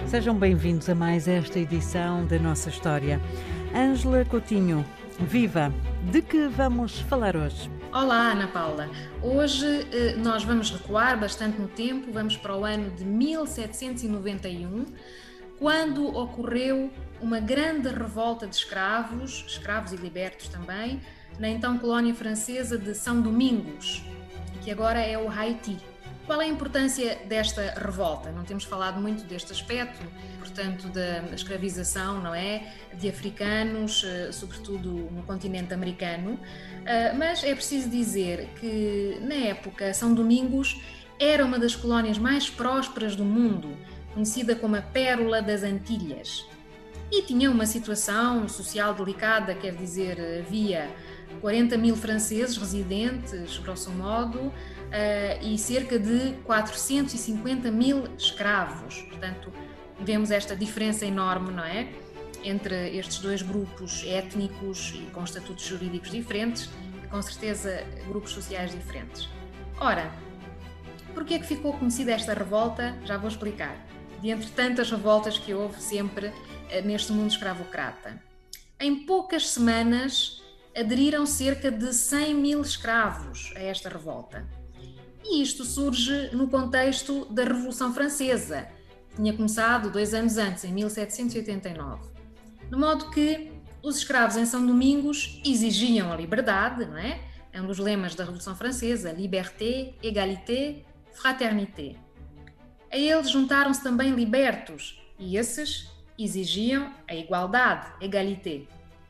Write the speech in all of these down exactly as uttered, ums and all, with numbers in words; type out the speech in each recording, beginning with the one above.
Sejam bem-vindos a mais esta edição da nossa história. Ângela Coutinho, viva! De que vamos falar hoje? Olá, Ana Paula. Hoje eh, nós vamos recuar bastante no tempo, vamos para o ano de mil setecentos e noventa e um, quando ocorreu uma grande revolta de escravos, escravos e libertos também, na então colónia francesa de São Domingos, que agora é o Haiti. Qual é a importância desta revolta? Não temos falado muito deste aspecto, portanto, da escravização, não é? De africanos, sobretudo no continente americano, mas é preciso dizer que, na época, São Domingos era uma das colónias mais prósperas do mundo, conhecida como a Pérola das Antilhas. E tinha uma situação social delicada, quer dizer, havia quarenta mil franceses residentes, grosso modo, Uh, e cerca de quatrocentos e cinquenta mil escravos. Portanto, vemos esta diferença enorme, não é? Entre estes dois grupos étnicos e com estatutos jurídicos diferentes, e com certeza grupos sociais diferentes. Ora, por que é que ficou conhecida esta revolta? Já vou explicar. De entre tantas revoltas que houve sempre uh, neste mundo escravocrata. Em poucas semanas aderiram cerca de cem mil escravos a esta revolta. E isto surge no contexto da Revolução Francesa, que tinha começado dois anos antes, em mil setecentos e oitenta e nove. De modo que os escravos em São Domingos exigiam a liberdade, não é? É um dos lemas da Revolução Francesa, liberté, égalité, fraternité. A eles juntaram-se também libertos, e esses exigiam a igualdade, égalité.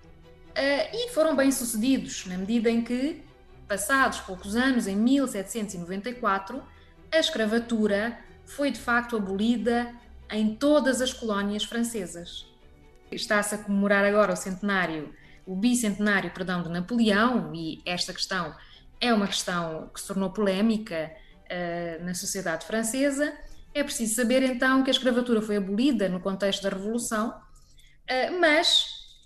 E foram bem-sucedidos, na medida em que, passados poucos anos, em mil setecentos e noventa e quatro, a escravatura foi de facto abolida em todas as colónias francesas. Está-se a comemorar agora o centenário, o bicentenário, perdão, de Napoleão, e esta questão é uma questão que se tornou polémica uh, na sociedade francesa. É preciso saber então que a escravatura foi abolida no contexto da Revolução, uh, mas,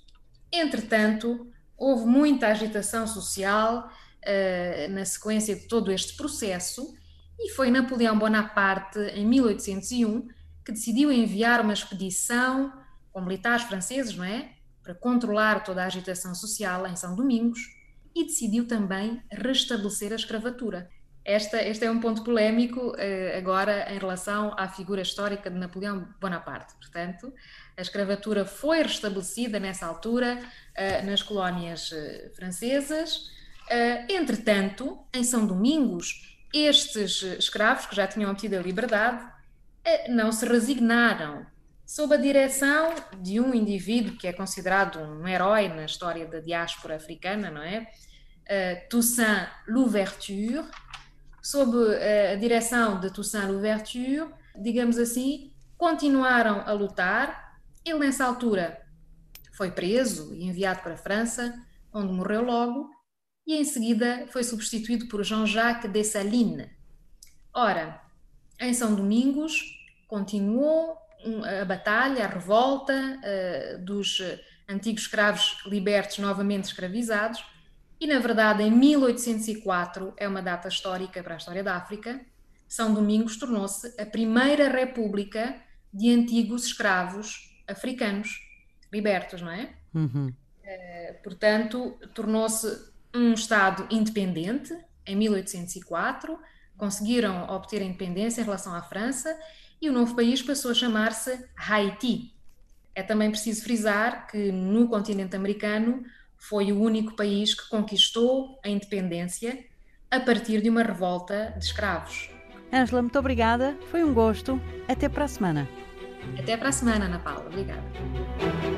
entretanto, houve muita agitação social Uh, na sequência de todo este processo, e foi Napoleão Bonaparte, em mil oitocentos e um, que decidiu enviar uma expedição com militares franceses, não é? Para controlar toda a agitação social em São Domingos, e decidiu também restabelecer a escravatura. Esta, este é um ponto polémico uh, agora em relação à figura histórica de Napoleão Bonaparte. Portanto, a escravatura foi restabelecida nessa altura uh, nas colónias uh, francesas. Uh, entretanto, em São Domingos, estes escravos que já tinham obtido a liberdade uh, não se resignaram. Sob a direção de um indivíduo que é considerado um herói na história da diáspora africana, não é? Uh, Toussaint Louverture. Sob uh, a direção de Toussaint Louverture, digamos assim, continuaram a lutar. Ele, nessa altura, foi preso e enviado para a França, onde morreu logo, e em seguida foi substituído por Jean-Jacques Dessalines. Ora, em São Domingos continuou a batalha, a revolta uh, dos antigos escravos libertos novamente escravizados, e na verdade em mil oitocentos e quatro, é uma data histórica para a história da África, São Domingos tornou-se a primeira república de antigos escravos africanos libertos, não é? Uhum. Uh, portanto, tornou-se um Estado independente, em mil oitocentos e quatro, conseguiram obter a independência em relação à França, e o novo país passou a chamar-se Haiti. É também preciso frisar que no continente americano foi o único país que conquistou a independência a partir de uma revolta de escravos. Ângela, muito obrigada, foi um gosto. Até para a semana. Até para a semana, Ana Paula. Obrigada.